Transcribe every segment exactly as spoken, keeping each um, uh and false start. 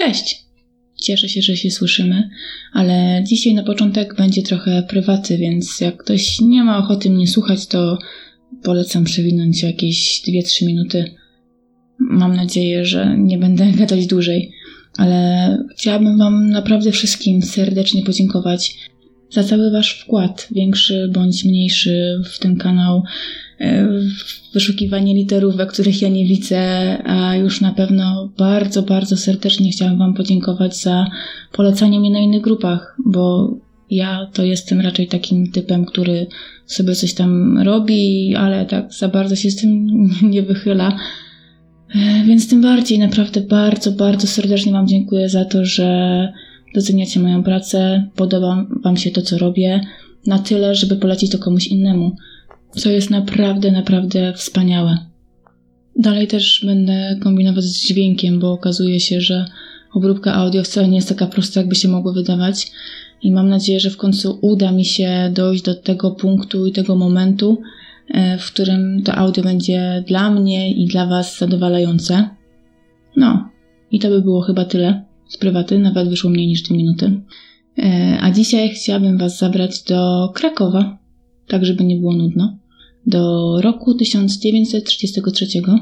Cześć! Cieszę się, że się słyszymy, ale dzisiaj na początek będzie trochę prywaty, więc jak ktoś nie ma ochoty mnie słuchać, to polecam przewinąć jakieś dwie trzy minuty. Mam nadzieję, że nie będę gadać dłużej, ale chciałabym Wam naprawdę wszystkim serdecznie podziękować za cały Wasz wkład, większy bądź mniejszy, w ten kanał, w wyszukiwanie literówek, których ja nie widzę, a już na pewno bardzo, bardzo serdecznie chciałam Wam podziękować za polecanie mnie na innych grupach, bo ja to jestem raczej takim typem, który sobie coś tam robi, ale tak za bardzo się z tym nie wychyla. Więc tym bardziej naprawdę bardzo, bardzo serdecznie Wam dziękuję za to, że doceniacie moją pracę, podoba Wam się to, co robię, na tyle, żeby polecić to komuś innemu, co jest naprawdę, naprawdę wspaniałe. Dalej też będę kombinować z dźwiękiem, bo okazuje się, że obróbka audio wcale nie jest taka prosta, jakby się mogło wydawać i mam nadzieję, że w końcu uda mi się dojść do tego punktu i tego momentu, w którym to audio będzie dla mnie i dla Was zadowalające. No, i to by było chyba tyle z prywaty, nawet wyszło mniej niż dwie minuty. A dzisiaj chciałabym Was zabrać do Krakowa, tak żeby nie było nudno, do roku tysiąc dziewięćset trzydziestego trzeciego.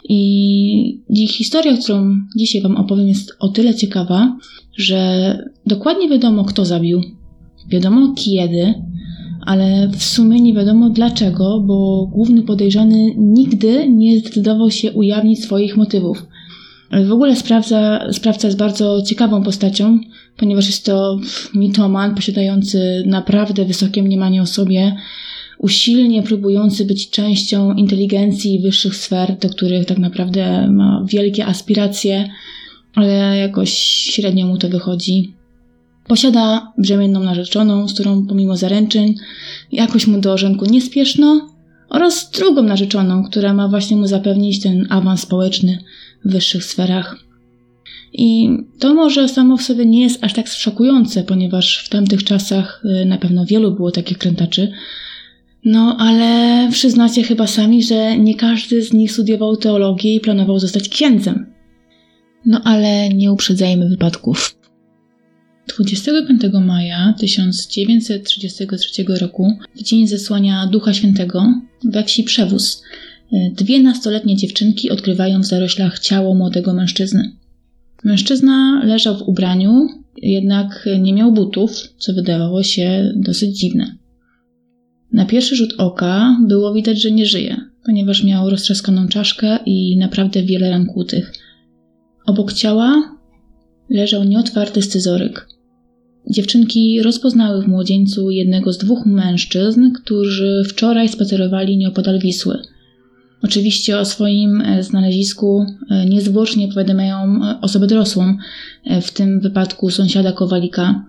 I historia, którą dzisiaj Wam opowiem, jest o tyle ciekawa, że dokładnie wiadomo, kto zabił, wiadomo kiedy, ale w sumie nie wiadomo dlaczego, bo główny podejrzany nigdy nie zdecydował się ujawnić swoich motywów. W ogóle sprawca, sprawca jest bardzo ciekawą postacią, ponieważ jest to mitoman posiadający naprawdę wysokie mniemanie o sobie, usilnie próbujący być częścią inteligencji i wyższych sfer, do których tak naprawdę ma wielkie aspiracje, ale jakoś średnio mu to wychodzi. Posiada brzemienną narzeczoną, z którą pomimo zaręczyn jakoś mu do ożenku nie spieszno, oraz drugą narzeczoną, która ma właśnie mu zapewnić ten awans społeczny w wyższych sferach. I to może samo w sobie nie jest aż tak szokujące, ponieważ w tamtych czasach na pewno wielu było takich krętaczy. No, ale przyznacie chyba sami, że nie każdy z nich studiował teologię i planował zostać księdzem. No, ale nie uprzedzajmy wypadków. dwudziestego piątego maja tysiąc dziewięćset trzydziestego trzeciego roku, w dzień zesłania Ducha Świętego, we wsi Przewóz, dwie nastoletnie dziewczynki odkrywają w zaroślach ciało młodego mężczyzny. Mężczyzna leżał w ubraniu, jednak nie miał butów, co wydawało się dosyć dziwne. Na pierwszy rzut oka było widać, że nie żyje, ponieważ miał roztrzaskaną czaszkę i naprawdę wiele ran kłutych. Obok ciała leżał nieotwarty scyzoryk. Dziewczynki rozpoznały w młodzieńcu jednego z dwóch mężczyzn, którzy wczoraj spacerowali nieopodal Wisły. Oczywiście o swoim znalezisku niezwłocznie powiadamiają osobę dorosłą, w tym wypadku sąsiada Kowalika,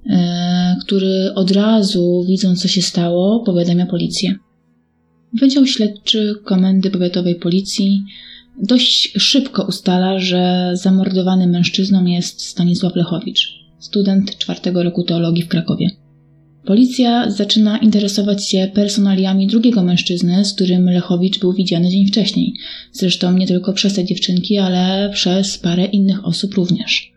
który od razu, widząc co się stało, powiadamia policję. Wydział Śledczy Komendy Powiatowej Policji dość szybko ustala, że zamordowanym mężczyzną jest Stanisław Lechowicz, student czwartego roku teologii w Krakowie. Policja zaczyna interesować się personaliami drugiego mężczyzny, z którym Lechowicz był widziany dzień wcześniej. Zresztą nie tylko przez te dziewczynki, ale przez parę innych osób również.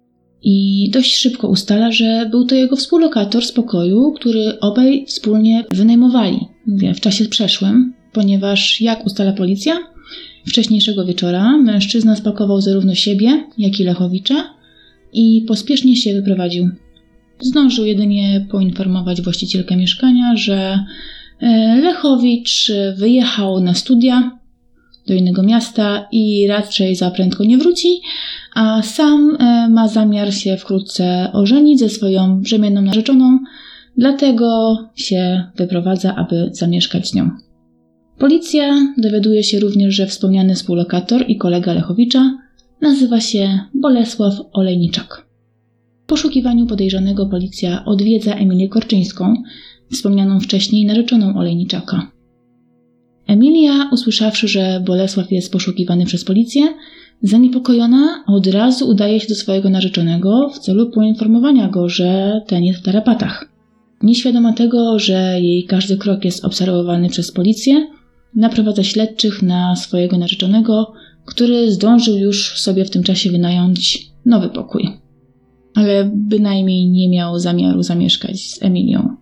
I dość szybko ustala, że był to jego współlokator z pokoju, który obaj wspólnie wynajmowali, mówię, w czasie przeszłym, ponieważ, jak ustala policja, wcześniejszego wieczora mężczyzna spakował zarówno siebie, jak i Lechowicza i pospiesznie się wyprowadził. Zdążył jedynie poinformować właścicielkę mieszkania, że Lechowicz wyjechał na studia do innego miasta i raczej za prędko nie wróci, a sam ma zamiar się wkrótce ożenić ze swoją brzemienną narzeczoną, dlatego się wyprowadza, aby zamieszkać z nią. Policja dowiaduje się również, że wspomniany współlokator i kolega Lechowicza nazywa się Bolesław Olejniczak. W poszukiwaniu podejrzanego policja odwiedza Emilię Korczyńską, wspomnianą wcześniej narzeczoną Olejniczaka. Emilia, usłyszawszy, że Bolesław jest poszukiwany przez policję, zaniepokojona od razu udaje się do swojego narzeczonego w celu poinformowania go, że ten jest w tarapatach. Nieświadoma tego, że jej każdy krok jest obserwowany przez policję, naprowadza śledczych na swojego narzeczonego, który zdążył już sobie w tym czasie wynająć nowy pokój. Ale bynajmniej nie miał zamiaru zamieszkać z Emilią.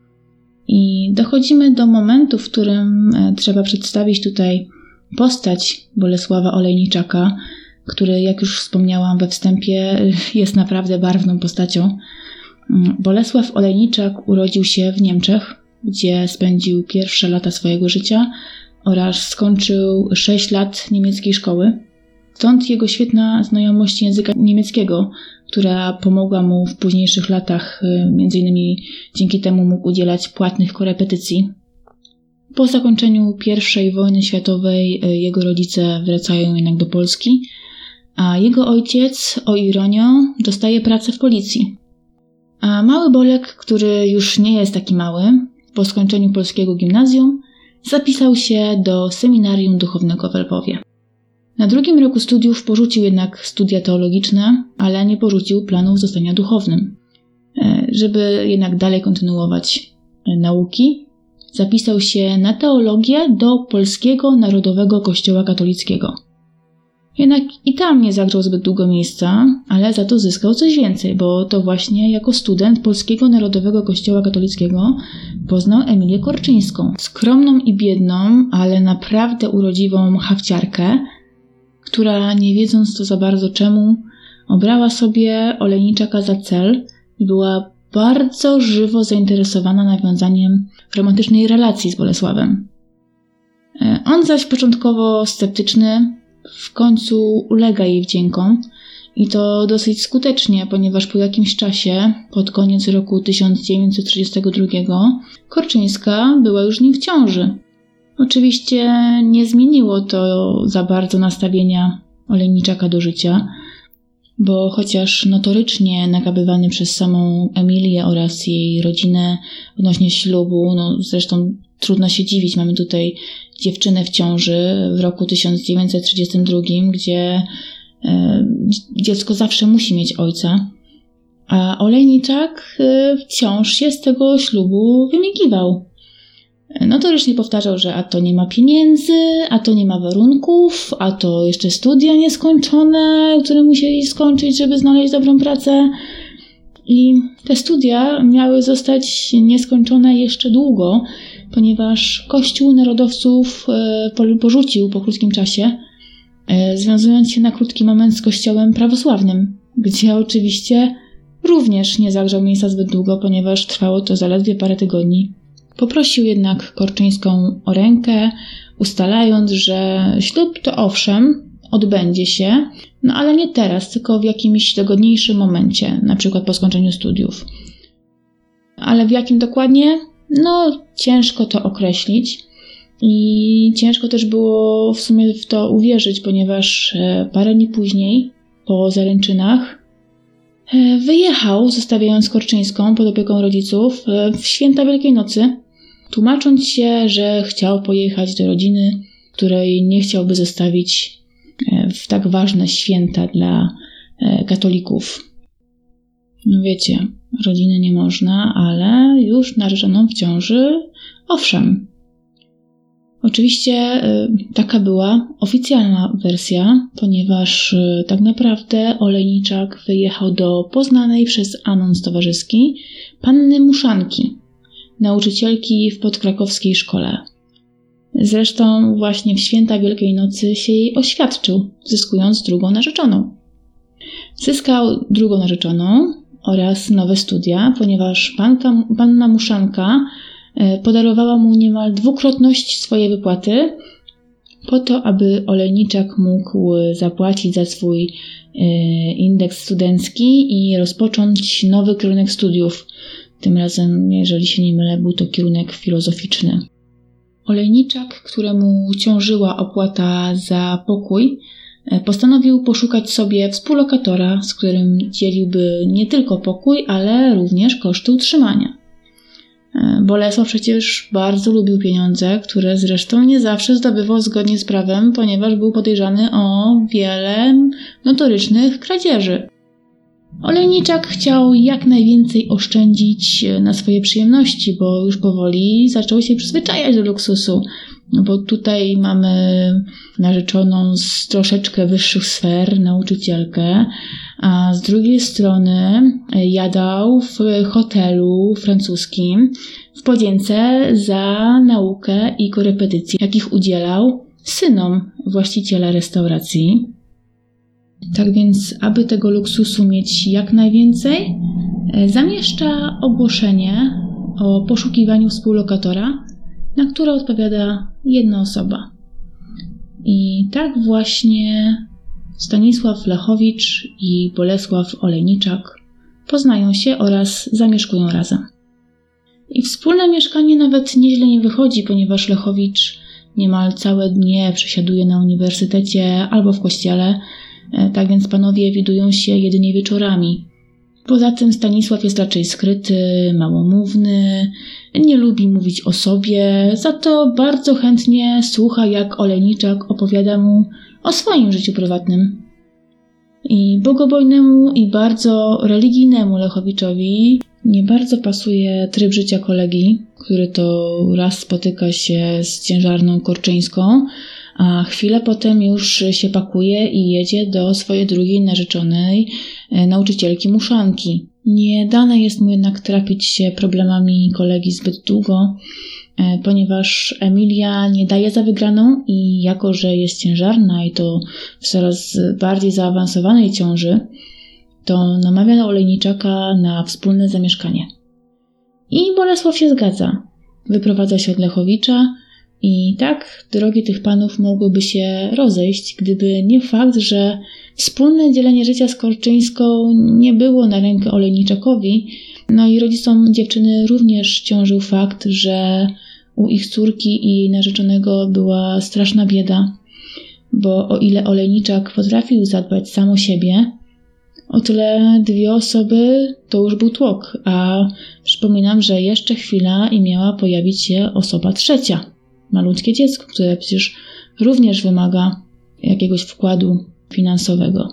I dochodzimy do momentu, w którym trzeba przedstawić tutaj postać Bolesława Olejniczaka, który, jak już wspomniałam we wstępie, jest naprawdę barwną postacią. Bolesław Olejniczak urodził się w Niemczech, gdzie spędził pierwsze lata swojego życia oraz skończył sześć lat niemieckiej szkoły. Stąd jego świetna znajomość języka niemieckiego, która pomogła mu w późniejszych latach, między innymi dzięki temu mógł udzielać płatnych korepetycji. Po zakończeniu pierwszej wojny światowej jego rodzice wracają jednak do Polski, a jego ojciec, o ironio, dostaje pracę w policji. A mały Bolek, który już nie jest taki mały, po skończeniu polskiego gimnazjum zapisał się do seminarium duchownego w Lwowie. Na drugim roku studiów porzucił jednak studia teologiczne, ale nie porzucił planów zostania duchownym. Żeby jednak dalej kontynuować nauki, zapisał się na teologię do Polskiego Narodowego Kościoła Katolickiego. Jednak i tam nie zagrzał zbyt długo miejsca, ale za to zyskał coś więcej, bo to właśnie jako student Polskiego Narodowego Kościoła Katolickiego poznał Emilię Korczyńską. Skromną i biedną, ale naprawdę urodziwą hafciarkę, która, nie wiedząc to za bardzo czemu, obrała sobie Olejniczaka za cel i była bardzo żywo zainteresowana nawiązaniem romantycznej relacji z Bolesławem. On zaś początkowo sceptyczny, w końcu ulega jej wdziękom i to dosyć skutecznie, ponieważ po jakimś czasie, pod koniec roku tysiąc dziewięćset trzydziestego drugiego, Korczyńska była już nim w ciąży. Oczywiście nie zmieniło to za bardzo nastawienia Olejniczaka do życia, bo chociaż notorycznie nakabywany przez samą Emilię oraz jej rodzinę odnośnie ślubu, no zresztą trudno się dziwić, mamy tutaj dziewczynę w ciąży w roku tysiąc dziewięćset trzydziestym drugim, gdzie e, dziecko zawsze musi mieć ojca, a Olejniczak e, wciąż się z tego ślubu wymigiwał. Notorycznie powtarzał, że a to nie ma pieniędzy, a to nie ma warunków, a to jeszcze studia nieskończone, które musieli skończyć, żeby znaleźć dobrą pracę. I te studia miały zostać nieskończone jeszcze długo, ponieważ Kościół narodowców porzucił po krótkim czasie, związując się na krótki moment z Kościołem prawosławnym, gdzie oczywiście również nie zagrzał miejsca zbyt długo, ponieważ trwało to zaledwie parę tygodni. Poprosił jednak Korczyńską o rękę, ustalając, że ślub to owszem, odbędzie się, no ale nie teraz, tylko w jakimś dogodniejszym momencie, na przykład po skończeniu studiów. Ale w jakim dokładnie? No, ciężko to określić i ciężko też było w sumie w to uwierzyć, ponieważ parę dni później, po zaręczynach, wyjechał, zostawiając Korczyńską pod opieką rodziców w święta Wielkiej Nocy, tłumacząc się, że chciał pojechać do rodziny, której nie chciałby zostawić w tak ważne święta dla katolików. No wiecie, rodziny nie można, ale już narzeczoną w ciąży owszem. Oczywiście taka była oficjalna wersja, ponieważ tak naprawdę Olejniczak wyjechał do poznanej przez anons towarzyski panny Muszanki, nauczycielki w podkrakowskiej szkole. Zresztą właśnie w święta Wielkiej Nocy się jej oświadczył, zyskując drugą narzeczoną. Zyskał drugą narzeczoną oraz nowe studia, ponieważ panka, panna Muszanka podarowała mu niemal dwukrotność swojej wypłaty po to, aby Olejniczak mógł zapłacić za swój indeks studencki i rozpocząć nowy kierunek studiów. Tym razem, jeżeli się nie mylę, był to kierunek filozoficzny. Olejniczak, któremu ciążyła opłata za pokój, postanowił poszukać sobie współlokatora, z którym dzieliłby nie tylko pokój, ale również koszty utrzymania. Bolesław przecież bardzo lubił pieniądze, które zresztą nie zawsze zdobywał zgodnie z prawem, ponieważ był podejrzany o wiele notorycznych kradzieży. Olejniczak chciał jak najwięcej oszczędzić na swoje przyjemności, bo już powoli zaczął się przyzwyczajać do luksusu. No bo tutaj mamy narzeczoną z troszeczkę wyższych sfer, nauczycielkę, a z drugiej strony jadał w hotelu francuskim w podzięce za naukę i korepetycje, jakich udzielał synom właściciela restauracji. Tak więc, aby tego luksusu mieć jak najwięcej, zamieszcza ogłoszenie o poszukiwaniu współlokatora, na które odpowiada jedna osoba. I tak właśnie Stanisław Lechowicz i Bolesław Olejniczak poznają się oraz zamieszkują razem. I wspólne mieszkanie nawet nieźle nie wychodzi, ponieważ Lechowicz niemal całe dnie przesiaduje na uniwersytecie albo w kościele, tak więc panowie widują się jedynie wieczorami. Poza tym Stanisław jest raczej skryty, małomówny, nie lubi mówić o sobie, za to bardzo chętnie słucha, jak Olejniczak opowiada mu o swoim życiu prywatnym. I bogobojnemu i bardzo religijnemu Lechowiczowi nie bardzo pasuje tryb życia kolegi, który to raz spotyka się z ciężarną Korczyńską, a chwilę potem już się pakuje i jedzie do swojej drugiej narzeczonej, nauczycielki Muszanki. Nie dane jest mu jednak trapić się problemami kolegi zbyt długo, ponieważ Emilia nie daje za wygraną i jako, że jest ciężarna i to w coraz bardziej zaawansowanej ciąży, to namawia Olejniczaka na wspólne zamieszkanie. I Bolesław się zgadza. Wyprowadza się od Lechowicza i tak drogi tych panów mogłyby się rozejść, gdyby nie fakt, że wspólne dzielenie życia z Korczyńską nie było na rękę Olejniczakowi, no i rodzicom dziewczyny również ciążył fakt, że u ich córki i jej narzeczonego była straszna bieda, bo o ile Olejniczak potrafił zadbać sam o siebie, o tyle dwie osoby to już był tłok, a przypominam, że jeszcze chwila i miała pojawić się osoba trzecia, malutkie dziecko, które przecież również wymaga jakiegoś wkładu finansowego.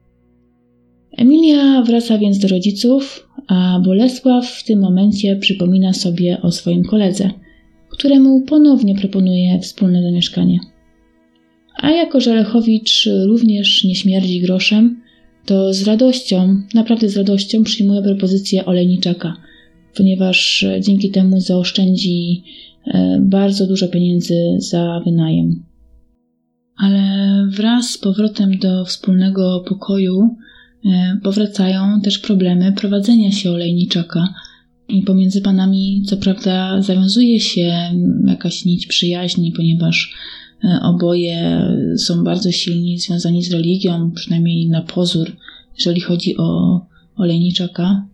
Emilia wraca więc do rodziców, a Bolesław w tym momencie przypomina sobie o swoim koledze, któremu ponownie proponuje wspólne zamieszkanie. A jako że Lechowicz również nie śmierdzi groszem, to z radością, naprawdę z radością przyjmuje propozycję Olejniczaka, ponieważ dzięki temu zaoszczędzi bardzo dużo pieniędzy za wynajem. Ale wraz z powrotem do wspólnego pokoju powracają też problemy prowadzenia się Olejniczaka. I pomiędzy panami co prawda zawiązuje się jakaś nić przyjaźni, ponieważ oboje są bardzo silni związani z religią, przynajmniej na pozór, jeżeli chodzi o Olejniczaka.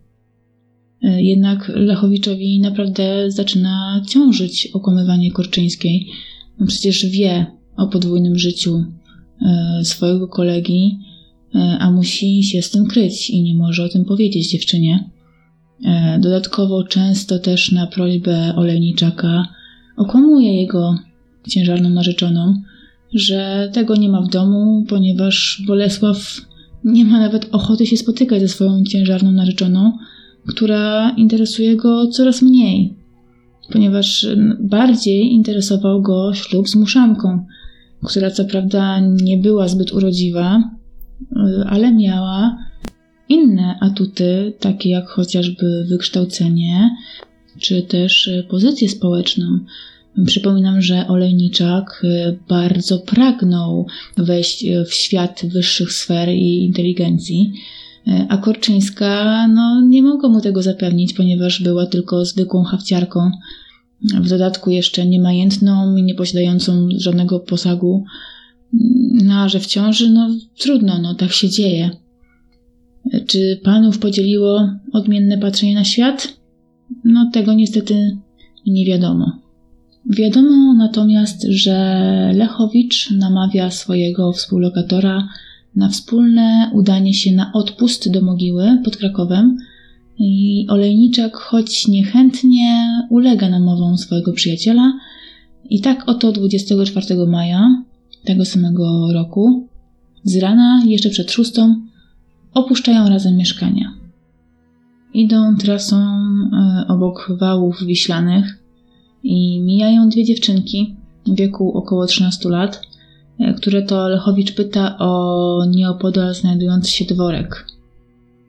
Jednak Lechowiczowi naprawdę zaczyna ciążyć okłamywanie Korczyńskiej. No przecież wie o podwójnym życiu swojego kolegi, a musi się z tym kryć i nie może o tym powiedzieć dziewczynie. Dodatkowo często też na prośbę Olejniczaka okłamuje jego ciężarną narzeczoną, że tego nie ma w domu, ponieważ Bolesław nie ma nawet ochoty się spotykać ze swoją ciężarną narzeczoną, która interesuje go coraz mniej, ponieważ bardziej interesował go ślub z Muszanką, która co prawda nie była zbyt urodziwa, ale miała inne atuty, takie jak chociażby wykształcenie, czy też pozycję społeczną. Przypominam, że Olejniczak bardzo pragnął wejść w świat wyższych sfer i inteligencji, a Korczyńska no, nie mogła mu tego zapewnić, ponieważ była tylko zwykłą hafciarką, w dodatku jeszcze niemajętną i nie posiadającą żadnego posagu. No a że w ciąży, no trudno, no tak się dzieje. Czy panów podzieliło odmienne patrzenie na świat? No tego niestety nie wiadomo. Wiadomo natomiast, że Lechowicz namawia swojego współlokatora na wspólne udanie się na odpust do Mogiły pod Krakowem i Olejniczak, choć niechętnie, ulega namowom swojego przyjaciela i tak oto dwudziestego czwartego maja tego samego roku z rana, jeszcze przed szóstą, opuszczają razem mieszkania. Idą trasą obok wałów wiślanych i mijają dwie dziewczynki w wieku około trzynastu lat, które to Lechowicz pyta o nieopodal znajdujący się dworek.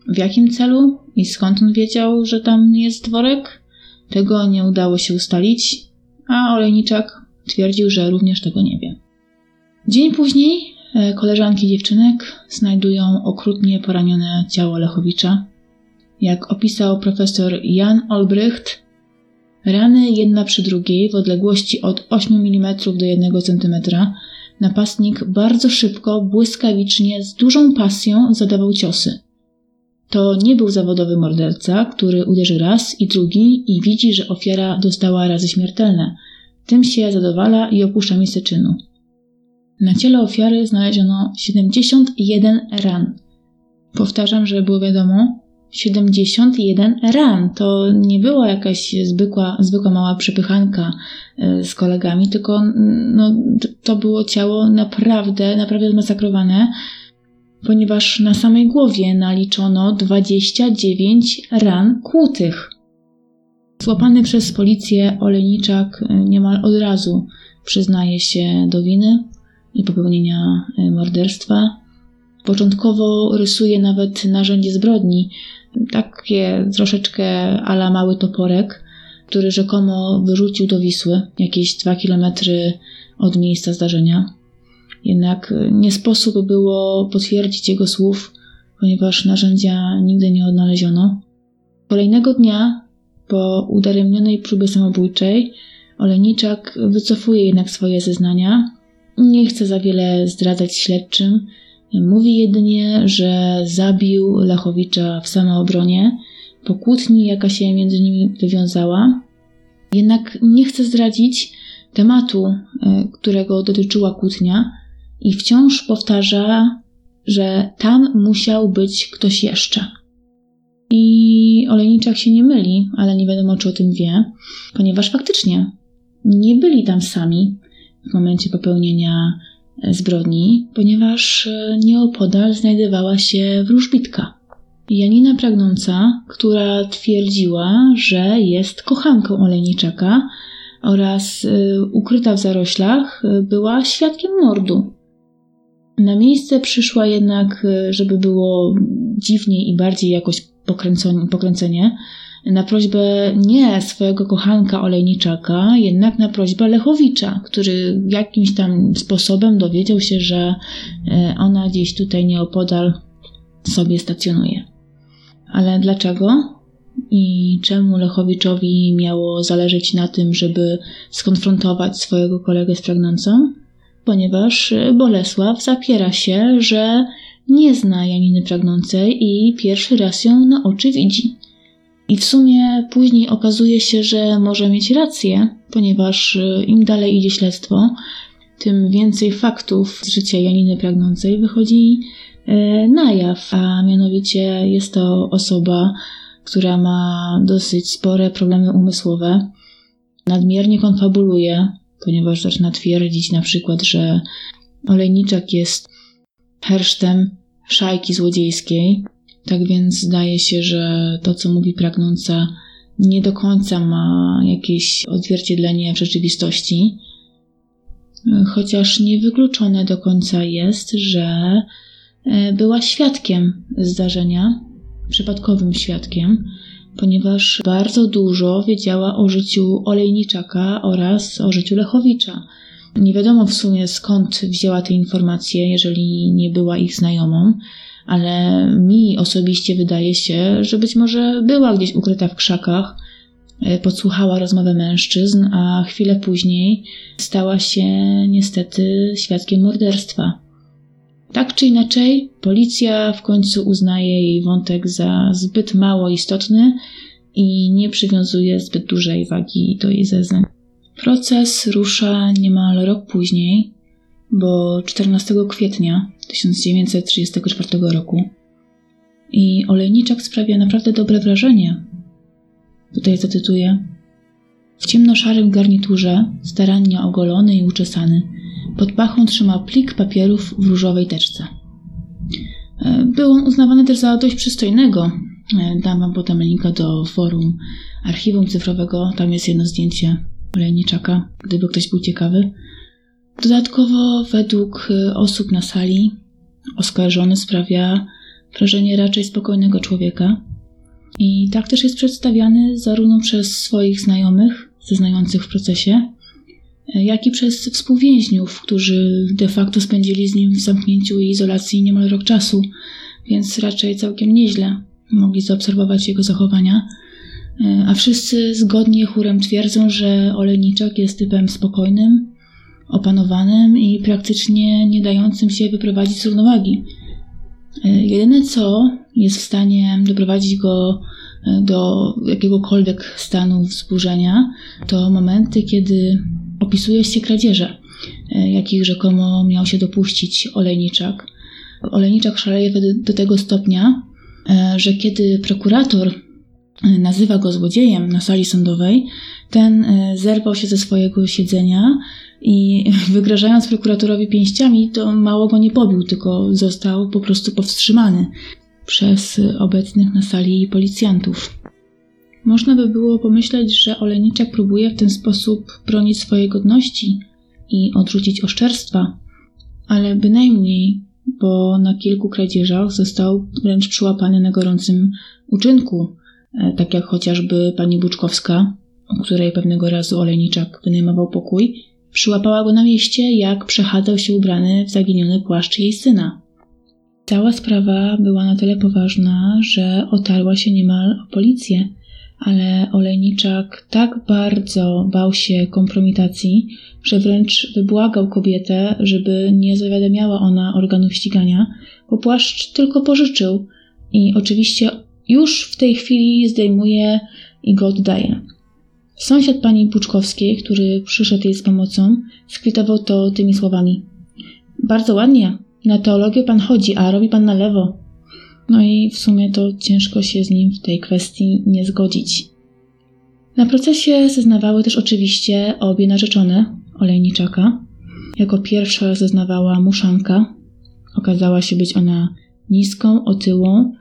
W jakim celu i skąd on wiedział, że tam jest dworek? Tego nie udało się ustalić, a Olejniczak twierdził, że również tego nie wie. Dzień później koleżanki dziewczynek znajdują okrutnie poranione ciało Lechowicza. Jak opisał profesor Jan Olbrycht, rany jedna przy drugiej w odległości od ośmiu milimetrów do jednego centymetra napastnik bardzo szybko, błyskawicznie, z dużą pasją zadawał ciosy. To nie był zawodowy morderca, który uderzy raz i drugi i widzi, że ofiara dostała razy śmiertelne. Tym się zadowala i opuszcza miejsce czynu. Na ciele ofiary znaleziono siedemdziesiąt jeden ran. Powtarzam, żeby było wiadomo, siedemdziesiąt jeden ran. To nie była jakaś zwykła, zwykła mała przepychanka z kolegami, tylko no, to było ciało naprawdę, naprawdę zmasakrowane, ponieważ na samej głowie naliczono dwadzieścia dziewięć ran kłutych. Złapany przez policję Olejniczak niemal od razu przyznaje się do winy i popełnienia morderstwa. Początkowo rysuje nawet narzędzie zbrodni, takie troszeczkę a la mały toporek, który rzekomo wyrzucił do Wisły, jakieś dwa kilometry od miejsca zdarzenia. Jednak nie sposób było potwierdzić jego słów, ponieważ narzędzia nigdy nie odnaleziono. Kolejnego dnia, po udaremnionej próbie samobójczej, Olejniczak wycofuje jednak swoje zeznania. Nie chce za wiele zdradzać śledczym. Mówi jedynie, że zabił Lechowicza w samoobronie po kłótni, jaka się między nimi wywiązała. Jednak nie chce zdradzić tematu, którego dotyczyła kłótnia i wciąż powtarza, że tam musiał być ktoś jeszcze. I Olejniczak się nie myli, ale nie wiadomo, czy o tym wie, ponieważ faktycznie nie byli tam sami w momencie popełnienia zbrodni, ponieważ nieopodal znajdowała się wróżbitka. Janina Pragnąca, która twierdziła, że jest kochanką Olejniczaka oraz ukryta w zaroślach była świadkiem mordu. Na miejsce przyszła jednak, żeby było dziwniej i bardziej jakoś pokręcenie, na prośbę nie swojego kochanka Olejniczaka, jednak na prośbę Lechowicza, który jakimś tam sposobem dowiedział się, że ona gdzieś tutaj nieopodal sobie stacjonuje. Ale dlaczego i czemu Lechowiczowi miało zależeć na tym, żeby skonfrontować swojego kolegę z Pragnącą? Ponieważ Bolesław zapiera się, że nie zna Janiny Pragnącej i pierwszy raz ją na oczy widzi. I w sumie później okazuje się, że może mieć rację, ponieważ im dalej idzie śledztwo, tym więcej faktów z życia Janiny Pragnącej wychodzi na jaw, a mianowicie jest to osoba, która ma dosyć spore problemy umysłowe, nadmiernie konfabuluje, ponieważ zaczyna twierdzić na przykład, że Olejniczak jest hersztem szajki złodziejskiej. Tak więc zdaje się, że to, co mówi Pragnąca, nie do końca ma jakieś odzwierciedlenie w rzeczywistości. Chociaż niewykluczone do końca jest, że była świadkiem zdarzenia, przypadkowym świadkiem, ponieważ bardzo dużo wiedziała o życiu Olejniczaka oraz o życiu Lechowicza. Nie wiadomo w sumie, skąd wzięła te informacje, jeżeli nie była ich znajomą, ale mi osobiście wydaje się, że być może była gdzieś ukryta w krzakach, podsłuchała rozmowę mężczyzn, a chwilę później stała się niestety świadkiem morderstwa. Tak czy inaczej, policja w końcu uznaje jej wątek za zbyt mało istotny i nie przywiązuje zbyt dużej wagi do jej zeznań. Proces rusza niemal rok później, bo czternastego kwietnia tysiąc dziewięćset trzydziestego czwartego roku. I Olejniczak sprawia naprawdę dobre wrażenie. Tutaj zacytuję. W ciemnoszarym garniturze, starannie ogolony i uczesany, pod pachą trzymał plik papierów w różowej teczce. Był on uznawany też za dość przystojnego. Dam wam potem linka do forum archiwum cyfrowego, tam jest jedno zdjęcie Olejniczaka, gdyby ktoś był ciekawy. Dodatkowo według osób na sali oskarżony sprawia wrażenie raczej spokojnego człowieka. I tak też jest przedstawiany zarówno przez swoich znajomych, zeznających w procesie, jak i przez współwięźniów, którzy de facto spędzili z nim w zamknięciu i izolacji niemal rok czasu, więc raczej całkiem nieźle mogli zaobserwować jego zachowania. A wszyscy zgodnie chórem twierdzą, że Olejniczak jest typem spokojnym, opanowanym i praktycznie nie dającym się wyprowadzić z równowagi. Jedyne co jest w stanie doprowadzić go do jakiegokolwiek stanu wzburzenia, to momenty, kiedy opisuje się kradzieże, jakich rzekomo miał się dopuścić Olejniczak. Olejniczak szaleje do tego stopnia, że kiedy prokurator nazywa go złodziejem na sali sądowej, ten zerwał się ze swojego siedzenia i wygrażając prokuratorowi pięściami, to mało go nie pobił, tylko został po prostu powstrzymany przez obecnych na sali policjantów. Można by było pomyśleć, że Olejniczak próbuje w ten sposób bronić swojej godności i odrzucić oszczerstwa, ale bynajmniej, bo na kilku kradzieżach został wręcz przyłapany na gorącym uczynku, tak jak chociażby pani Buczkowska, u której pewnego razu Olejniczak wynajmował pokój, przyłapała go na mieście, jak przechadzał się ubrany w zaginiony płaszcz jej syna. Cała sprawa była na tyle poważna, że otarła się niemal o policję, ale Olejniczak tak bardzo bał się kompromitacji, że wręcz wybłagał kobietę, żeby nie zawiadamiała ona organów ścigania, bo płaszcz tylko pożyczył i oczywiście już w tej chwili zdejmuje i go oddaje. Sąsiad pani Buczkowskiej, który przyszedł jej z pomocą, skwitował to tymi słowami: bardzo ładnie, na teologię pan chodzi, a robi pan na lewo. No i w sumie to ciężko się z nim w tej kwestii nie zgodzić. Na procesie zeznawały też oczywiście obie narzeczone Olejniczaka. Jako pierwsza zeznawała Muszanka. Okazała się być ona niską, otyłą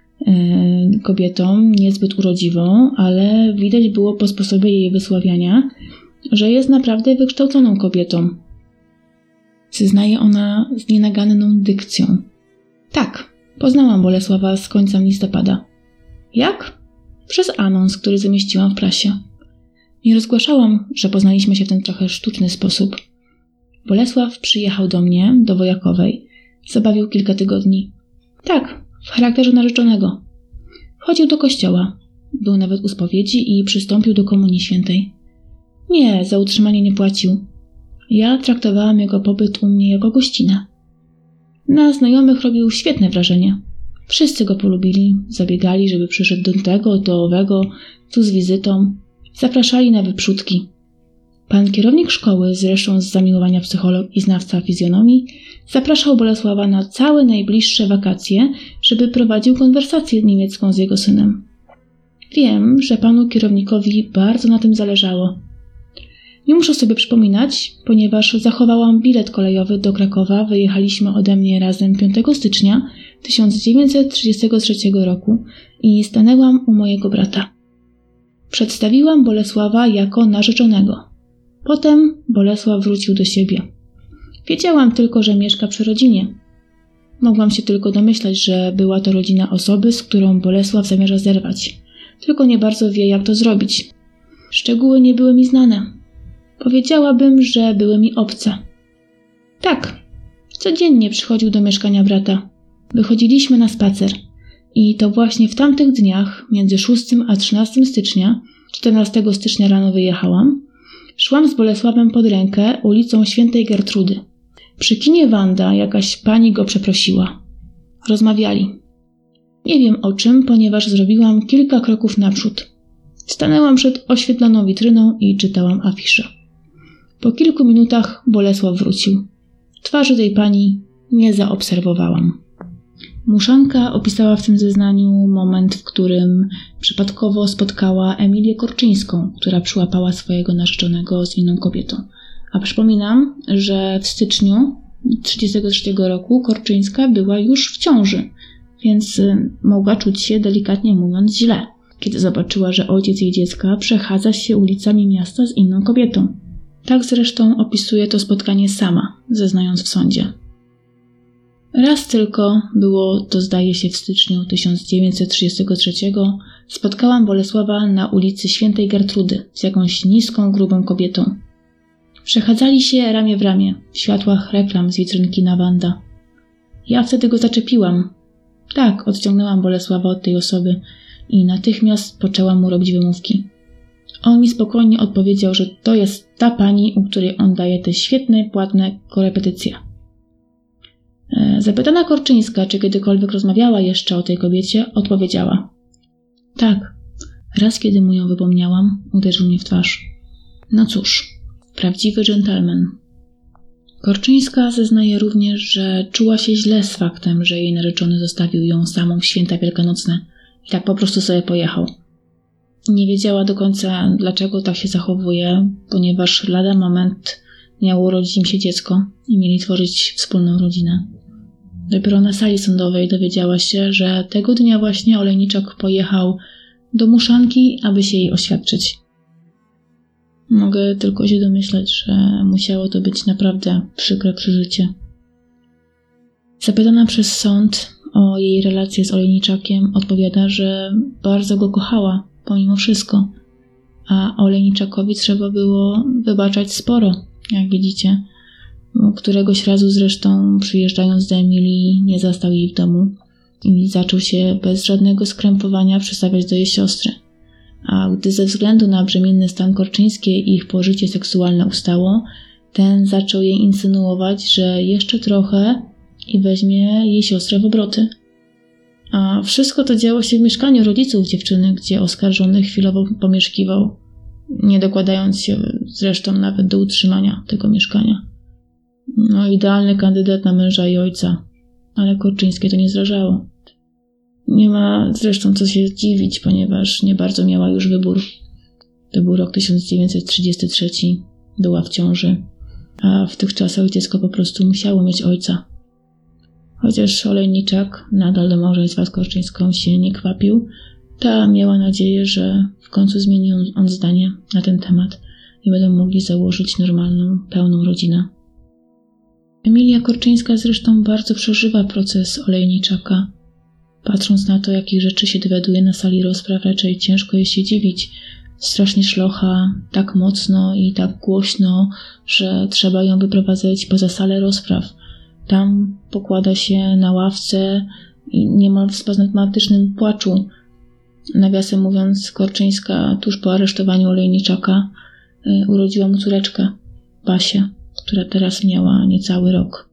yy, kobietą, niezbyt urodziwą, ale widać było po sposobie jej wysławiania, że jest naprawdę wykształconą kobietą. Zeznaje ona z nienaganną dykcją. Tak, poznałam Bolesława z końca listopada. Jak? Przez anons, który zamieściłam w prasie. Nie rozgłaszałam, że poznaliśmy się w ten trochę sztuczny sposób. Bolesław przyjechał do mnie, do Wojakowej. Zabawił kilka tygodni. Tak, w charakterze narzeczonego. Chodził do kościoła. Był nawet u spowiedzi i przystąpił do Komunii Świętej. Nie, za utrzymanie nie płacił. Ja traktowałam jego pobyt u mnie jako gościnę. Na znajomych robił świetne wrażenie. Wszyscy go polubili, zabiegali, żeby przyszedł do tego, do owego, tu z wizytą. Zapraszali na wyprzódki. Pan kierownik szkoły, zresztą z zamiłowania psycholog i znawca fizjonomii, zapraszał Bolesława na całe najbliższe wakacje, żeby prowadził konwersację niemiecką z jego synem. Wiem, że panu kierownikowi bardzo na tym zależało. Nie muszę sobie przypominać, ponieważ zachowałam bilet kolejowy do Krakowa, wyjechaliśmy ode mnie razem piątego stycznia tysiąc dziewięćset trzydziestego trzeciego roku i stanęłam u mojego brata. Przedstawiłam Bolesława jako narzeczonego. Potem Bolesław wrócił do siebie. Wiedziałam tylko, że mieszka przy rodzinie. Mogłam się tylko domyślać, że była to rodzina osoby, z którą Bolesław zamierza zerwać. Tylko nie bardzo wie, jak to zrobić. Szczegóły nie były mi znane. Powiedziałabym, że były mi obce. Tak, codziennie przychodził do mieszkania brata. Wychodziliśmy na spacer. I to właśnie w tamtych dniach, między szóstego a trzynastego stycznia, czternastego stycznia rano wyjechałam, szłam z Bolesławem pod rękę ulicą Świętej Gertrudy. Przy kinie Wanda jakaś pani go przeprosiła. Rozmawiali. Nie wiem o czym, ponieważ zrobiłam kilka kroków naprzód. Stanęłam przed oświetloną witryną i czytałam afiszę. Po kilku minutach Bolesław wrócił. Twarzy tej pani nie zaobserwowałam. Muszanka opisała w tym zeznaniu moment, w którym przypadkowo spotkała Emilię Korczyńską, która przyłapała swojego narzeczonego z inną kobietą. A przypominam, że w styczniu trzydziestego trzeciego roku Korczyńska była już w ciąży, więc mogła czuć się, delikatnie mówiąc, źle, kiedy zobaczyła, że ojciec jej dziecka przechadza się ulicami miasta z inną kobietą. Tak zresztą opisuje to spotkanie sama, zeznając w sądzie. Raz tylko, było to zdaje się w styczniu tysiąc dziewięćset trzydziestego trzeciego, spotkałam Bolesława na ulicy Świętej Gertrudy z jakąś niską, grubą kobietą. Przechadzali się ramię w ramię w światłach reklam z witrynki na Wanda. Ja wtedy go zaczepiłam. Tak, odciągnęłam Bolesława od tej osoby i natychmiast poczęłam mu robić wymówki. On mi spokojnie odpowiedział, że to jest ta pani, u której on daje te świetne, płatne korepetycje. Zapytana Korczyńska, czy kiedykolwiek rozmawiała jeszcze o tej kobiecie, odpowiedziała. Tak, raz kiedy mu ją wypomniałam, uderzył mnie w twarz. No cóż, prawdziwy dżentelmen. Korczyńska zeznaje również, że czuła się źle z faktem, że jej narzeczony zostawił ją samą w święta wielkanocne i tak po prostu sobie pojechał. Nie wiedziała do końca, dlaczego tak się zachowuje, ponieważ lada moment miało urodzić im się dziecko i mieli tworzyć wspólną rodzinę. Dopiero na sali sądowej dowiedziała się, że tego dnia właśnie Olejniczak pojechał do Muszanki, aby się jej oświadczyć. Mogę tylko się domyślać, że musiało to być naprawdę przykre przeżycie. Zapytana przez sąd o jej relację z Olejniczakiem, odpowiada, że bardzo go kochała, pomimo wszystko, a Olejniczakowi trzeba było wybaczać sporo, jak widzicie. Któregoś razu zresztą, przyjeżdżając do Emilii, nie zastał jej w domu i zaczął się bez żadnego skrępowania przystawiać do jej siostry. A gdy ze względu na brzemienny stan Korczyńskiej ich pożycie seksualne ustało, ten zaczął jej insynuować, że jeszcze trochę i weźmie jej siostrę w obroty. A wszystko to działo się w mieszkaniu rodziców dziewczyny, gdzie oskarżony chwilowo pomieszkiwał, nie dokładając się zresztą nawet do utrzymania tego mieszkania. No, idealny kandydat na męża i ojca, ale Korczyńskie to nie zrażało. Nie ma zresztą co się dziwić, ponieważ nie bardzo miała już wybór. To był rok tysiąc dziewięćset trzydziesty trzeci, była w ciąży, a w tych czasach dziecko po prostu musiało mieć ojca. Chociaż Olejniczak nadal do małżeństwa z Korczyńską się nie kwapił, ta miała nadzieję, że w końcu zmieni on zdanie na ten temat i będą mogli założyć normalną, pełną rodzinę. Emilia Korczyńska zresztą bardzo przeżywa proces Olejniczaka. Patrząc na to, jakich rzeczy się dowiaduje na sali rozpraw, raczej ciężko jej się dziwić. Strasznie szlocha, tak mocno i tak głośno, że trzeba ją wyprowadzać poza salę rozpraw. Tam pokłada się na ławce i niemal w spazmatycznym płaczu. Nawiasem mówiąc, Korczyńska tuż po aresztowaniu Olejniczaka y, urodziła mu córeczkę, Basię, która teraz miała niecały rok.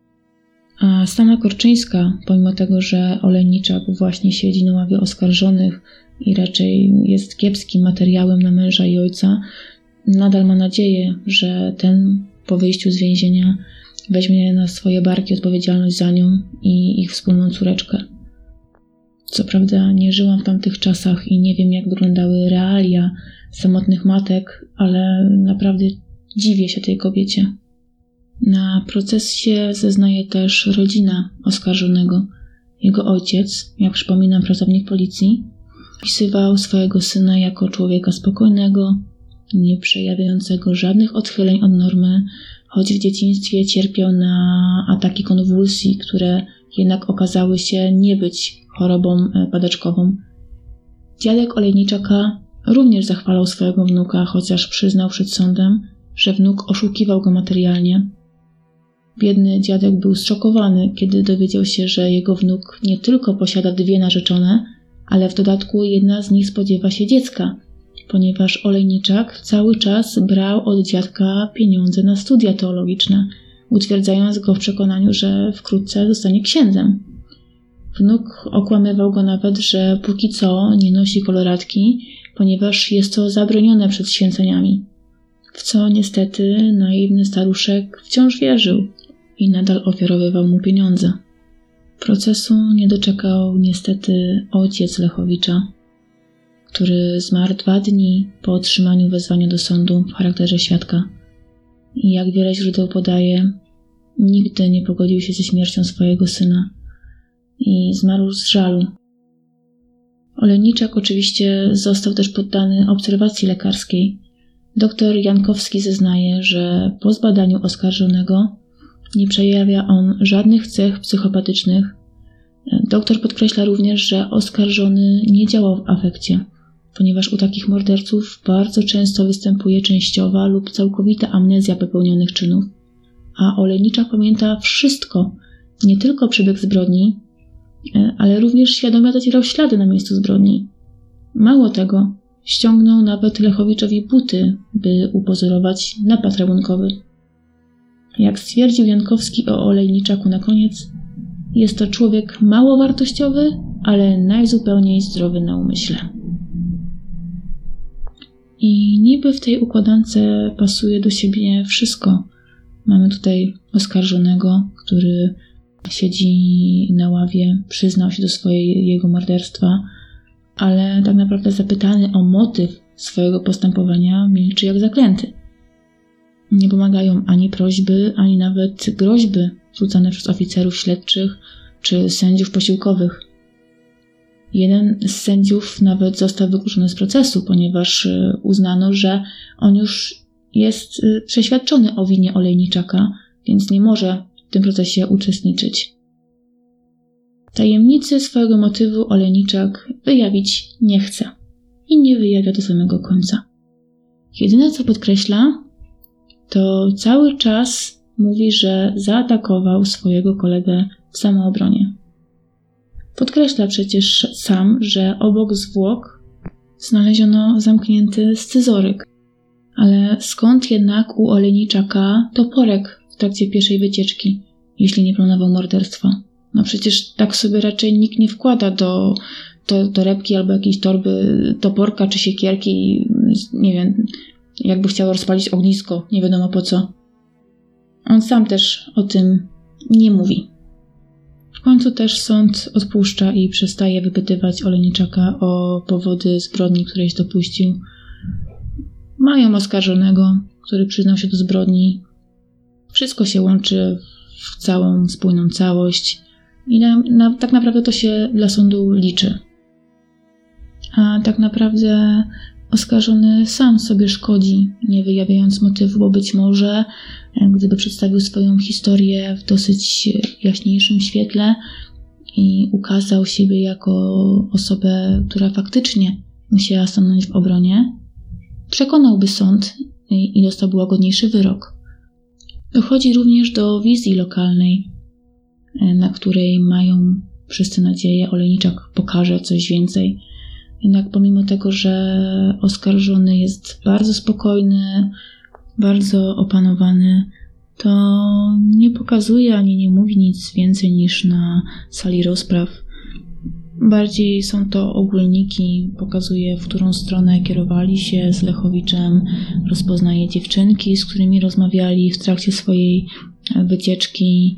A sama Korczyńska, pomimo tego, że Olejniczak właśnie siedzi na ławie oskarżonych i raczej jest kiepskim materiałem na męża i ojca, nadal ma nadzieję, że ten po wyjściu z więzienia weźmie na swoje barki odpowiedzialność za nią i ich wspólną córeczkę. Co prawda nie żyłam w tamtych czasach i nie wiem, jak wyglądały realia samotnych matek, ale naprawdę dziwię się tej kobiecie. Na procesie zeznaje też rodzina oskarżonego. Jego ojciec, jak przypominam pracownik policji, opisywał swojego syna jako człowieka spokojnego, nie przejawiającego żadnych odchyleń od normy, choć w dzieciństwie cierpiał na ataki konwulsji, które jednak okazały się nie być chorobą padaczkową. Dziadek Olejniczaka również zachwalał swojego wnuka, chociaż przyznał przed sądem, że wnuk oszukiwał go materialnie. Biedny dziadek był zszokowany, kiedy dowiedział się, że jego wnuk nie tylko posiada dwie narzeczone, ale w dodatku jedna z nich spodziewa się dziecka, ponieważ Olejniczak cały czas brał od dziadka pieniądze na studia teologiczne, utwierdzając go w przekonaniu, że wkrótce zostanie księdzem. Wnuk okłamywał go nawet, że póki co nie nosi koloratki, ponieważ jest to zabronione przed święceniami. W co niestety naiwny staruszek wciąż wierzył i nadal ofiarowywał mu pieniądze. Procesu nie doczekał niestety ojciec Lechowicza, który zmarł dwa dni po otrzymaniu wezwania do sądu w charakterze świadka. I jak wiele źródeł podaje, nigdy nie pogodził się ze śmiercią swojego syna i zmarł z żalu. Olejniczak oczywiście został też poddany obserwacji lekarskiej. Doktor Jankowski zeznaje, że po zbadaniu oskarżonego Nie przejawia on żadnych cech psychopatycznych. Doktor podkreśla również, że oskarżony nie działał w afekcie, ponieważ u takich morderców bardzo często występuje częściowa lub całkowita amnezja popełnionych czynów, a Olejniczak pamięta wszystko, nie tylko przebieg zbrodni, ale również świadomie zacierał ślady na miejscu zbrodni. Mało tego, ściągnął nawet Lechowiczowi buty, by upozorować napad rabunkowy. Jak stwierdził Jankowski o Olejniczaku na koniec, jest to człowiek mało wartościowy, ale najzupełniej zdrowy na umyśle. I niby w tej układance pasuje do siebie wszystko. Mamy tutaj oskarżonego, który siedzi na ławie, przyznał się do swojego morderstwa, ale tak naprawdę zapytany o motyw swojego postępowania milczy jak zaklęty. Nie pomagają ani prośby, ani nawet groźby rzucane przez oficerów śledczych czy sędziów posiłkowych. Jeden z sędziów nawet został wykluczony z procesu, ponieważ uznano, że on już jest przeświadczony o winie Olejniczaka, więc nie może w tym procesie uczestniczyć. Tajemnicy swojego motywu Olejniczak wyjawić nie chce i nie wyjawia do samego końca. Jedyne co podkreśla, to cały czas mówi, że zaatakował swojego kolegę w samoobronie. Podkreśla przecież sam, że obok zwłok znaleziono zamknięty scyzoryk. Ale skąd jednak u Olejniczaka toporek w trakcie pierwszej wycieczki, jeśli nie planował morderstwa? No przecież tak sobie raczej nikt nie wkłada do, do torebki albo jakiejś torby toporka czy siekierki, nie wiem, jakby chciał rozpalić ognisko, nie wiadomo po co. On sam też o tym nie mówi. W końcu też sąd odpuszcza i przestaje wypytywać Olejniczaka o powody zbrodni, której się dopuścił. Mają oskarżonego, który przyznał się do zbrodni. Wszystko się łączy w całą spójną całość i na, na, tak naprawdę to się dla sądu liczy. A tak naprawdę oskarżony sam sobie szkodzi, nie wyjawiając motywu, bo być może gdyby przedstawił swoją historię w dosyć jaśniejszym świetle i ukazał siebie jako osobę, która faktycznie musiała stanąć w obronie, przekonałby sąd i dostałby łagodniejszy wyrok. Dochodzi również do wizji lokalnej, na której mają wszyscy nadzieję, Olejniczak pokaże coś więcej. Jednak pomimo tego, że oskarżony jest bardzo spokojny, bardzo opanowany, to nie pokazuje ani nie mówi nic więcej niż na sali rozpraw. Bardziej są to ogólniki, pokazuje, w którą stronę kierowali się z Lechowiczem, rozpoznaje dziewczynki, z którymi rozmawiali w trakcie swojej wycieczki,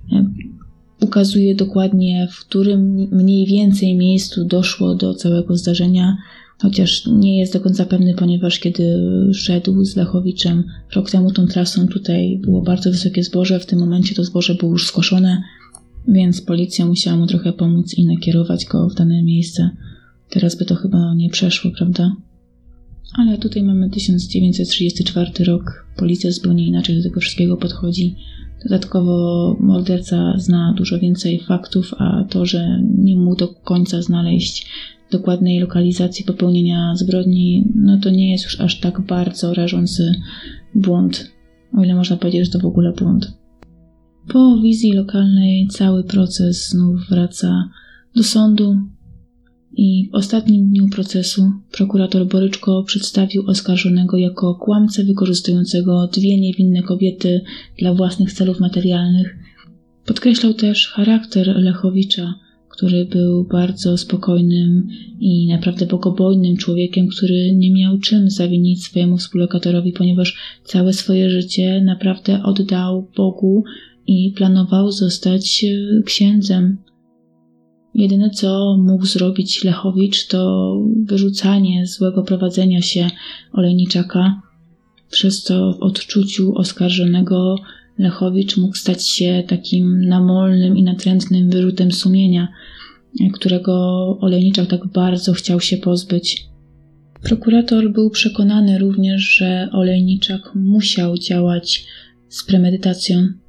ukazuje dokładnie, w którym mniej więcej miejscu doszło do całego zdarzenia, chociaż nie jest do końca pewny, ponieważ kiedy szedł z Lechowiczem rok temu tą trasą, tutaj było bardzo wysokie zboże, w tym momencie to zboże było już skoszone, więc policja musiała mu trochę pomóc i nakierować go w dane miejsce. Teraz by to chyba nie przeszło, prawda? Ale tutaj mamy tysiąc dziewięćset trzydziesty czwarty rok, policja zupełnie inaczej do tego wszystkiego podchodzi. Dodatkowo morderca zna dużo więcej faktów, a to, że nie mógł do końca znaleźć dokładnej lokalizacji popełnienia zbrodni, no to nie jest już aż tak bardzo rażący błąd, o ile można powiedzieć, że to w ogóle błąd. Po wizji lokalnej cały proces znów wraca do sądu i w ostatnim dniu procesu prokurator Boryczko przedstawił oskarżonego jako kłamcę wykorzystującego dwie niewinne kobiety dla własnych celów materialnych. Podkreślał też charakter Lechowicza, który był bardzo spokojnym i naprawdę bogobojnym człowiekiem, który nie miał czym zawinić swojemu współlokatorowi, ponieważ całe swoje życie naprawdę oddał Bogu i planował zostać księdzem. Jedyne, co mógł zrobić Lechowicz, to wyrzucanie złego prowadzenia się Olejniczaka, przez co w odczuciu oskarżonego Lechowicz mógł stać się takim namolnym i natrętnym wyrzutem sumienia, którego Olejniczak tak bardzo chciał się pozbyć. Prokurator był przekonany również, że Olejniczak musiał działać z premedytacją,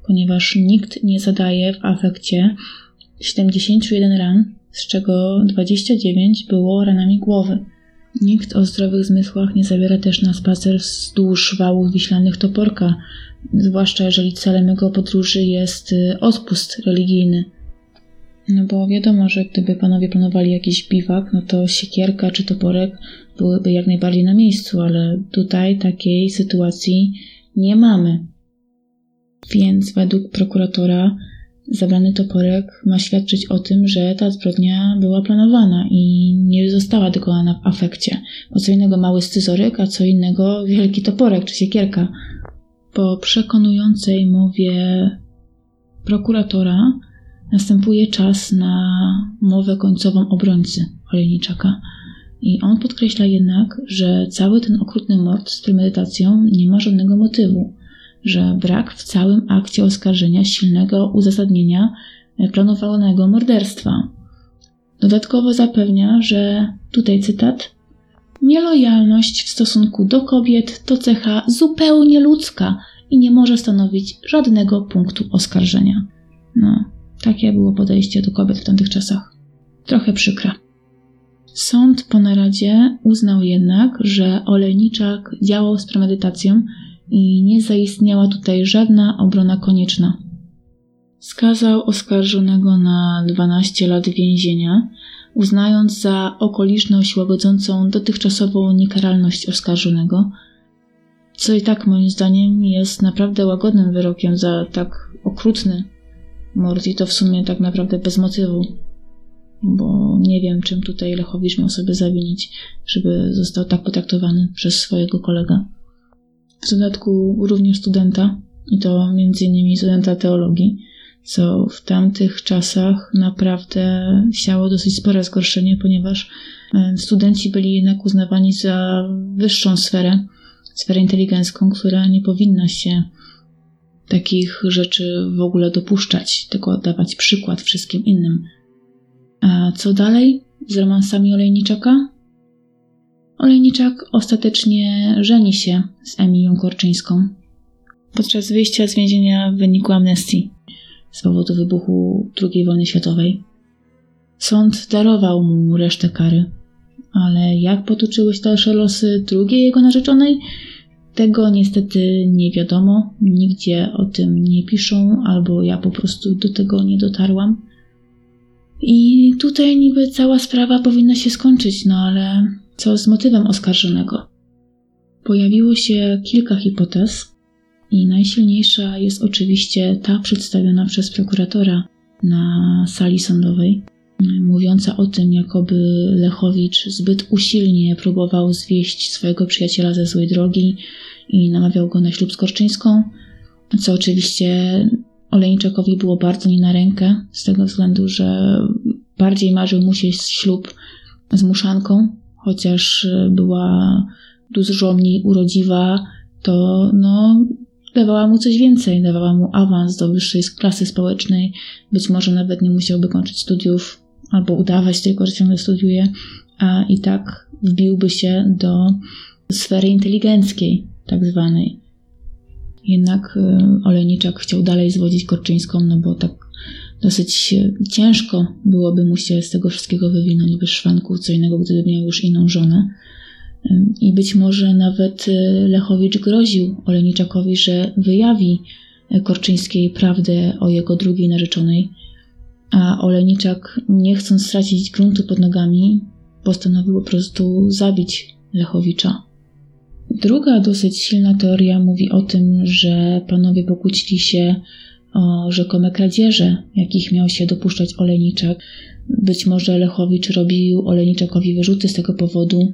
ponieważ nikt nie zadaje w afekcie siedemdziesiąt jeden ran, z czego dwadzieścia dziewięć było ranami głowy. Nikt o zdrowych zmysłach nie zabiera też na spacer wzdłuż wałów wiślanych Toporka, zwłaszcza jeżeli celem jego podróży jest odpust religijny. No bo wiadomo, że gdyby panowie planowali jakiś biwak, no to siekierka czy toporek byłyby jak najbardziej na miejscu, ale tutaj takiej sytuacji nie mamy. Więc według prokuratora zabrany toporek ma świadczyć o tym, że ta zbrodnia była planowana i nie została dokonana w afekcie. Bo co innego mały scyzoryk, a co innego wielki toporek czy siekierka. Po przekonującej mowie prokuratora następuje czas na mowę końcową obrońcy Olejniczaka. I on podkreśla jednak, że cały ten okrutny mord z premedytacją nie ma żadnego motywu, że brak w całym akcie oskarżenia silnego uzasadnienia planowanego morderstwa. Dodatkowo zapewnia, że, tutaj cytat, nielojalność w stosunku do kobiet to cecha zupełnie ludzka i nie może stanowić żadnego punktu oskarżenia. No, takie było podejście do kobiet w tamtych czasach. Trochę przykre. Sąd po naradzie uznał jednak, że Olejniczak działał z premedytacją i nie zaistniała tutaj żadna obrona konieczna. Skazał oskarżonego na dwanaście lat więzienia, uznając za okoliczność łagodzącą dotychczasową niekaralność oskarżonego, co i tak moim zdaniem jest naprawdę łagodnym wyrokiem za tak okrutny mord i to w sumie tak naprawdę bez motywu, bo nie wiem, czym tutaj Lechowicz miał sobie zawinić, żeby został tak potraktowany przez swojego kolegę. W dodatku również studenta, i to między innymi studenta teologii, co w tamtych czasach naprawdę siało dosyć spore zgorszenie, ponieważ studenci byli jednak uznawani za wyższą sferę, sferę inteligencką, która nie powinna się takich rzeczy w ogóle dopuszczać, tylko dawać przykład wszystkim innym. A co dalej z romansami Olejniczaka? Olejniczak ostatecznie żeni się z Emilią Korczyńską podczas wyjścia z więzienia w wyniku amnestii z powodu wybuchu drugiej wojny światowej. Sąd darował mu resztę kary, ale jak potoczyły się dalsze losy drugiej jego narzeczonej? Tego niestety nie wiadomo, nigdzie o tym nie piszą, albo ja po prostu do tego nie dotarłam. I tutaj niby cała sprawa powinna się skończyć, no ale co z motywem oskarżonego? Pojawiło się kilka hipotez i najsilniejsza jest oczywiście ta przedstawiona przez prokuratora na sali sądowej, mówiąca o tym, jakoby Lechowicz zbyt usilnie próbował zwieść swojego przyjaciela ze złej drogi i namawiał go na ślub z Korczyńską, co oczywiście Olejniczakowi było bardzo nie na rękę, z tego względu, że bardziej marzył mu się ślub z Muszanką, chociaż była dużo mniej urodziwa, to no, dawała mu coś więcej, dawała mu awans do wyższej klasy społecznej, być może nawet nie musiałby kończyć studiów, albo udawać tylko, że ciągle studiuje, a i tak wbiłby się do sfery inteligenckiej, tak zwanej. Jednak Olejniczak chciał dalej zwodzić Korczyńską, no bo tak dosyć ciężko byłoby mu się z tego wszystkiego wywinąć bez szwanku, co innego, gdyby miał już inną żonę. I być może nawet Lechowicz groził Olejniczakowi, że wyjawi Korczyńskiej prawdę o jego drugiej narzeczonej, a Olejniczak, nie chcąc stracić gruntu pod nogami, postanowił po prostu zabić Lechowicza. Druga dosyć silna teoria mówi o tym, że panowie pokłócili się o rzekome kradzieże, jakich miał się dopuszczać Olejniczak. Być może Lechowicz robił Olejniczakowi wyrzuty z tego powodu,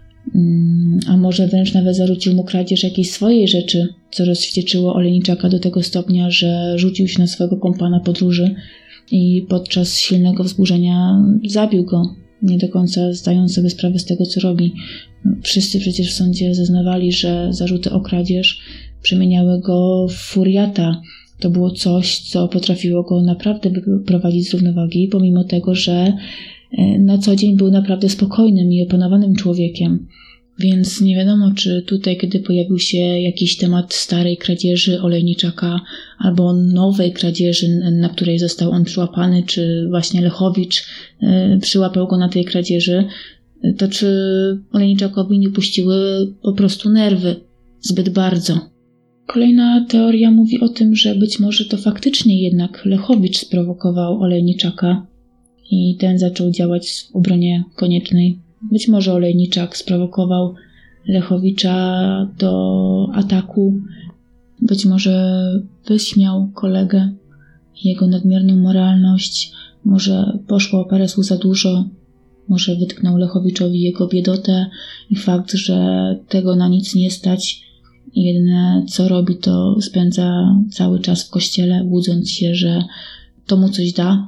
a może wręcz nawet zarzucił mu kradzież jakiejś swojej rzeczy, co rozwścieczyło Olejniczaka do tego stopnia, że rzucił się na swojego kompana podróży i podczas silnego wzburzenia zabił go, nie do końca zdając sobie sprawę z tego, co robi. Wszyscy przecież w sądzie zeznawali, że zarzuty o kradzież przemieniały go w furiata. To było coś, co potrafiło go naprawdę wyprowadzić z równowagi, pomimo tego, że na co dzień był naprawdę spokojnym i opanowanym człowiekiem. Więc nie wiadomo, czy tutaj, kiedy pojawił się jakiś temat starej kradzieży Olejniczaka albo nowej kradzieży, na której został on przyłapany, czy właśnie Lechowicz y, przyłapał go na tej kradzieży, to czy Olejniczakowi nie puściły po prostu nerwy zbyt bardzo. Kolejna teoria mówi o tym, że być może to faktycznie jednak Lechowicz sprowokował Olejniczaka i ten zaczął działać w obronie koniecznej. Być może Olejniczak sprowokował Lechowicza do ataku, być może wyśmiał kolegę, jego nadmierną moralność, może poszło o parę słów za dużo, może wytknął Lechowiczowi jego biedotę i fakt, że tego na nic nie stać i jedyne co robi, to spędza cały czas w kościele, łudząc się, że to mu coś da.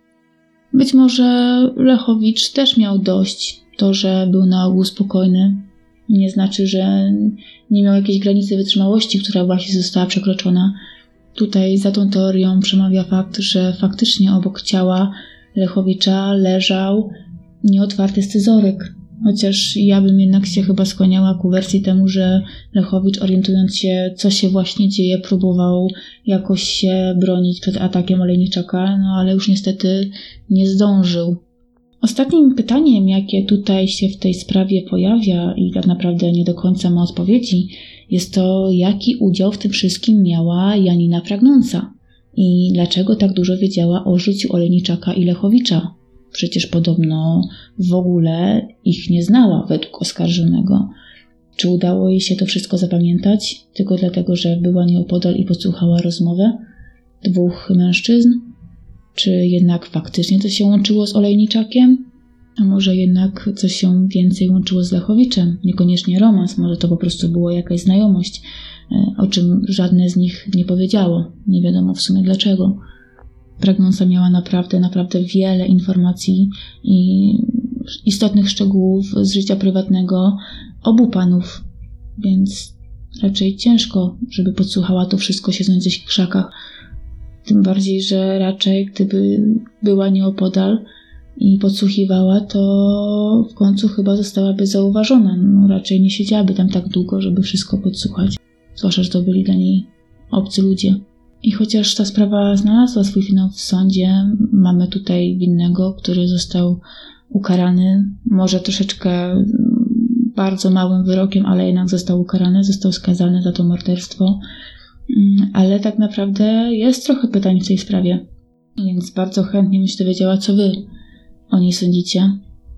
Być może Lechowicz też miał dość. To, że był na ogół spokojny, nie znaczy, że nie miał jakiejś granicy wytrzymałości, która właśnie została przekroczona. Tutaj za tą teorią przemawia fakt, że faktycznie obok ciała Lechowicza leżał nieotwarty scyzoryk. Chociaż ja bym jednak się chyba skłaniała ku wersji temu, że Lechowicz, orientując się, co się właśnie dzieje, próbował jakoś się bronić przed atakiem Olejniczaka, no ale już niestety nie zdążył. Ostatnim pytaniem, jakie tutaj się w tej sprawie pojawia i tak naprawdę nie do końca ma odpowiedzi, jest to, jaki udział w tym wszystkim miała Janina Pragnąca i dlaczego tak dużo wiedziała o życiu Olejniczaka i Lechowicza. Przecież podobno w ogóle ich nie znała według oskarżonego. Czy udało jej się to wszystko zapamiętać tylko dlatego, że była nieopodal i podsłuchała rozmowę dwóch mężczyzn? Czy jednak faktycznie coś się łączyło z Olejniczakiem? A może jednak coś się więcej łączyło z Lechowiczem? Niekoniecznie romans, może to po prostu była jakaś znajomość, o czym żadne z nich nie powiedziało. Nie wiadomo w sumie dlaczego. Pragnąca miała naprawdę, naprawdę wiele informacji i istotnych szczegółów z życia prywatnego obu panów, więc raczej ciężko, żeby podsłuchała to wszystko siedząc gdzieś w krzakach. Tym bardziej, że raczej gdyby była nieopodal i podsłuchiwała, to w końcu chyba zostałaby zauważona. No, raczej nie siedziałaby tam tak długo, żeby wszystko podsłuchać. Zwłaszcza, że to byli dla niej obcy ludzie. I chociaż ta sprawa znalazła swój finał w sądzie, mamy tutaj winnego, który został ukarany, może troszeczkę bardzo małym wyrokiem, ale jednak został ukarany, został skazany za to morderstwo. Ale tak naprawdę jest trochę pytań w tej sprawie, więc bardzo chętnie bym się dowiedziała, co wy o niej sądzicie.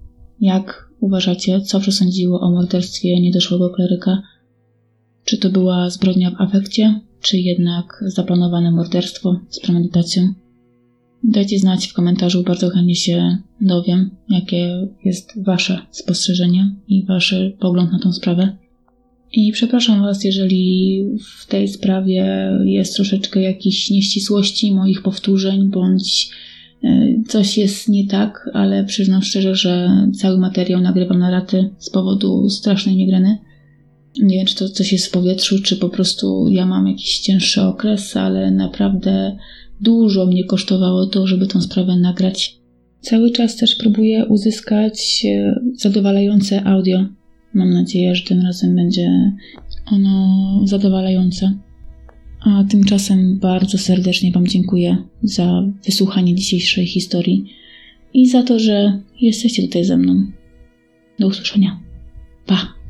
Jak uważacie, co przesądziło o morderstwie niedoszłego kleryka? Czy to była zbrodnia w afekcie, czy jednak zaplanowane morderstwo z premedytacją? Dajcie znać w komentarzu, bardzo chętnie się dowiem, jakie jest wasze spostrzeżenie i wasz pogląd na tą sprawę. I przepraszam was, jeżeli w tej sprawie jest troszeczkę jakichś nieścisłości, moich powtórzeń, bądź coś jest nie tak, ale przyznam szczerze, że cały materiał nagrywam na raty z powodu strasznej migreny. Nie wiem, czy to coś jest w powietrzu, czy po prostu ja mam jakiś cięższy okres, ale naprawdę dużo mnie kosztowało to, żeby tą sprawę nagrać. Cały czas też próbuję uzyskać zadowalające audio. Mam nadzieję, że tym razem będzie ono zadowalające. A tymczasem bardzo serdecznie wam dziękuję za wysłuchanie dzisiejszej historii i za to, że jesteście tutaj ze mną. Do usłyszenia. Pa!